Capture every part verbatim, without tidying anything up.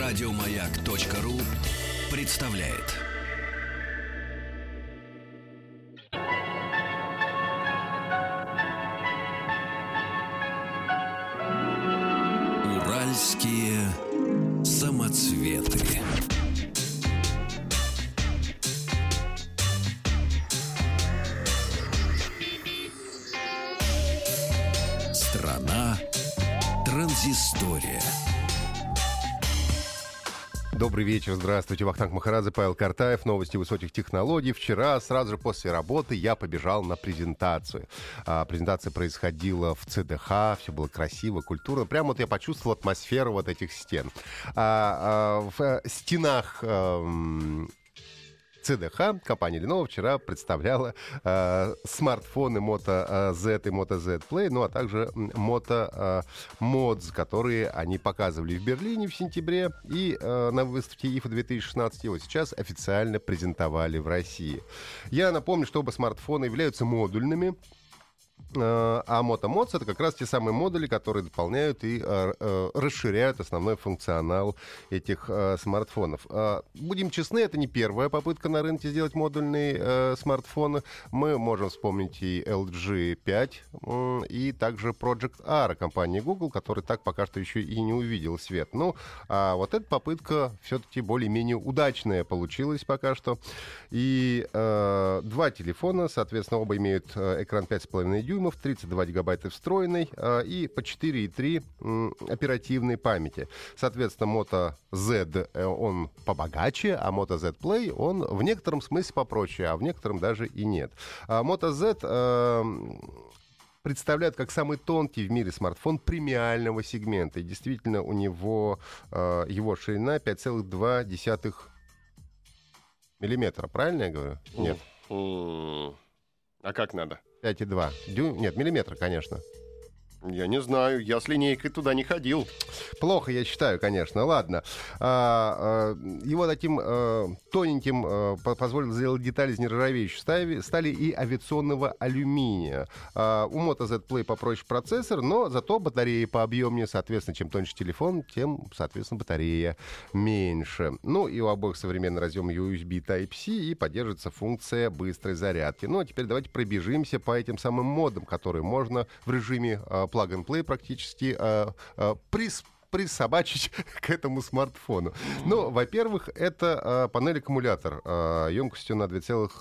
Радиомаяк.ру представляет. Уральские самоцветы. Страна транзистория. Добрый вечер, здравствуйте. Вахтанг Махарадзе, Павел Картаев. Новости высоких технологий. Вчера, сразу же после работы, я побежал на презентацию. А, презентация происходила в ЦДХ, все было красиво, культурно. Прямо вот я почувствовал атмосферу вот этих стен. А, а, в стенах... А, ЦДХ компания Lenovo вчера представляла э, смартфоны Moto Z и Moto Z Play, ну а также Moto э, Mods, которые они показывали в Берлине в сентябре и э, на выставке ай эф эй две тысячи шестнадцать, и вот сейчас официально презентовали в России. Я напомню, что оба смартфона являются модульными. А Moto Mods — это как раз те самые модули, которые дополняют и э, э, расширяют основной функционал этих э, смартфонов. Э, будем честны, это не первая попытка на рынке сделать модульные э, смартфоны. Мы можем вспомнить и эл джи пять, э, и также Project R компании Google, который так пока что еще и не увидел свет. Ну, а вот эта попытка все-таки более-менее удачная получилась пока что. И э, два телефона, соответственно, оба имеют э, экран пять с половиной дюймов, тридцать два гигабайта встроенной э, и по четыре и три э, оперативной памяти. Соответственно, Moto Z э, он побогаче, а Moto Z Play он в некотором смысле попроще, а в некотором даже и нет. А Moto Z э, представляет как самый тонкий в мире смартфон премиального сегмента. И действительно, у него э, его ширина пять целых два десятых миллиметра. Правильно я говорю? Нет. А как надо? пять и два. Дюйм? Нет, миллиметра, конечно. Я не знаю, я с линейкой туда не ходил. Плохо, я считаю, конечно. Ладно. А, а, его таким а, тоненьким а, позволил сделать детали из нержавеющей стали, стали и авиационного алюминия. А, у Moto Z Play попроще процессор, но зато батарея пообъемнее. Соответственно, чем тоньше телефон, тем, соответственно, батарея меньше. Ну, и у обоих современный разъем ю эс би Type-C и поддерживается функция быстрой зарядки. Ну, а теперь давайте пробежимся по этим самым модам, которые можно в режиме а, plug-and-play практически э, э, прис, присобачить к этому смартфону. Ну, во-первых, это э, панель-аккумулятор э, емкостью на две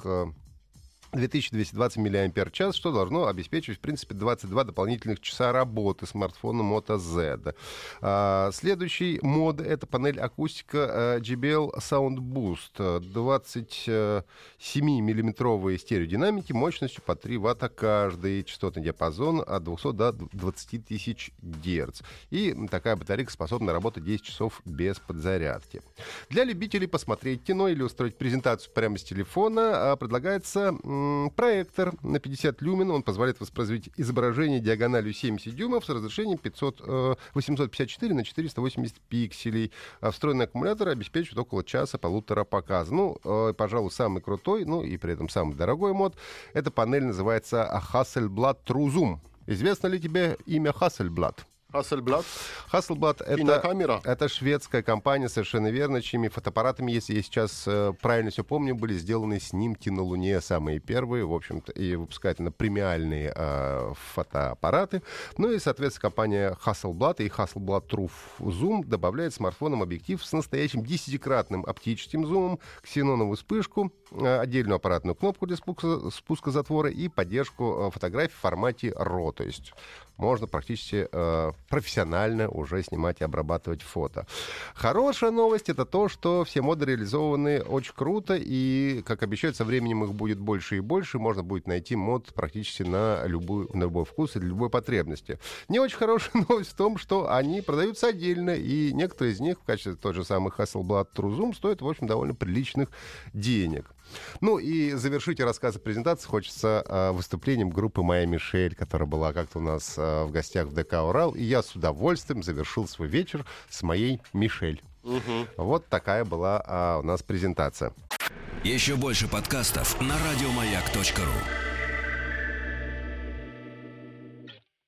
тысячи двести двадцать миллиампер-час, что должно обеспечивать, в принципе, двадцать два дополнительных часа работы смартфона Moto Z. А, следующий мод — это панель акустика джей би эл Sound Boost. двадцать семь миллиметровые стереодинамики мощностью по три ватта каждый, частотный диапазон от двухсот до двадцати тысяч герц. И такая батарейка способна работать десять часов без подзарядки. Для любителей посмотреть кино или устроить презентацию прямо с телефона предлагается проектор на пятьдесят люмен. Он позволяет воспроизвести изображение диагональю семьдесят дюймов с разрешением пятьсот, восемьсот пятьдесят четыре на четыреста восемьдесят пикселей. А встроенный аккумулятор обеспечивает около часа-полутора показа. Ну, пожалуй, самый крутой, ну и при этом самый дорогой мод. Эта панель называется Hasselblad True Zoom. Известно ли тебе имя Hasselblad? Hasselblad? Hasselblad — это, это шведская компания, совершенно верно, чьими фотоаппаратами, если я сейчас э, правильно все помню, были сделаны снимки на Луне, самые первые, в общем-то, и выпускают на премиальные э, фотоаппараты. Ну и, соответственно, компания Hasselblad и Hasselblad True Zoom добавляет смартфонам объектив с настоящим десятикратным оптическим зумом, ксеноновую вспышку, э, отдельную аппаратную кнопку для спуска, спуска затвора и поддержку э, фотографий в формате эр о, то есть можно практически э, профессионально уже снимать и обрабатывать фото. Хорошая новость — это то, что все моды реализованы очень круто, и, как обещают, со временем их будет больше и больше. Можно будет найти мод практически на, любую, на любой вкус и для любой потребности. Не очень хорошая новость в том, что они продаются отдельно, и некоторые из них в качестве той же самой Hasselblad True Zoom стоят, в общем, довольно приличных денег. Ну и завершить рассказ о презентации хочется э, выступлением группы «Моя Мишель», которая была как-то у нас э, в гостях в ДК «Урал», и я с удовольствием завершил свой вечер с моей Мишель. Угу. Вот такая была э, у нас презентация. Еще больше подкастов на радиомаяк точка ру.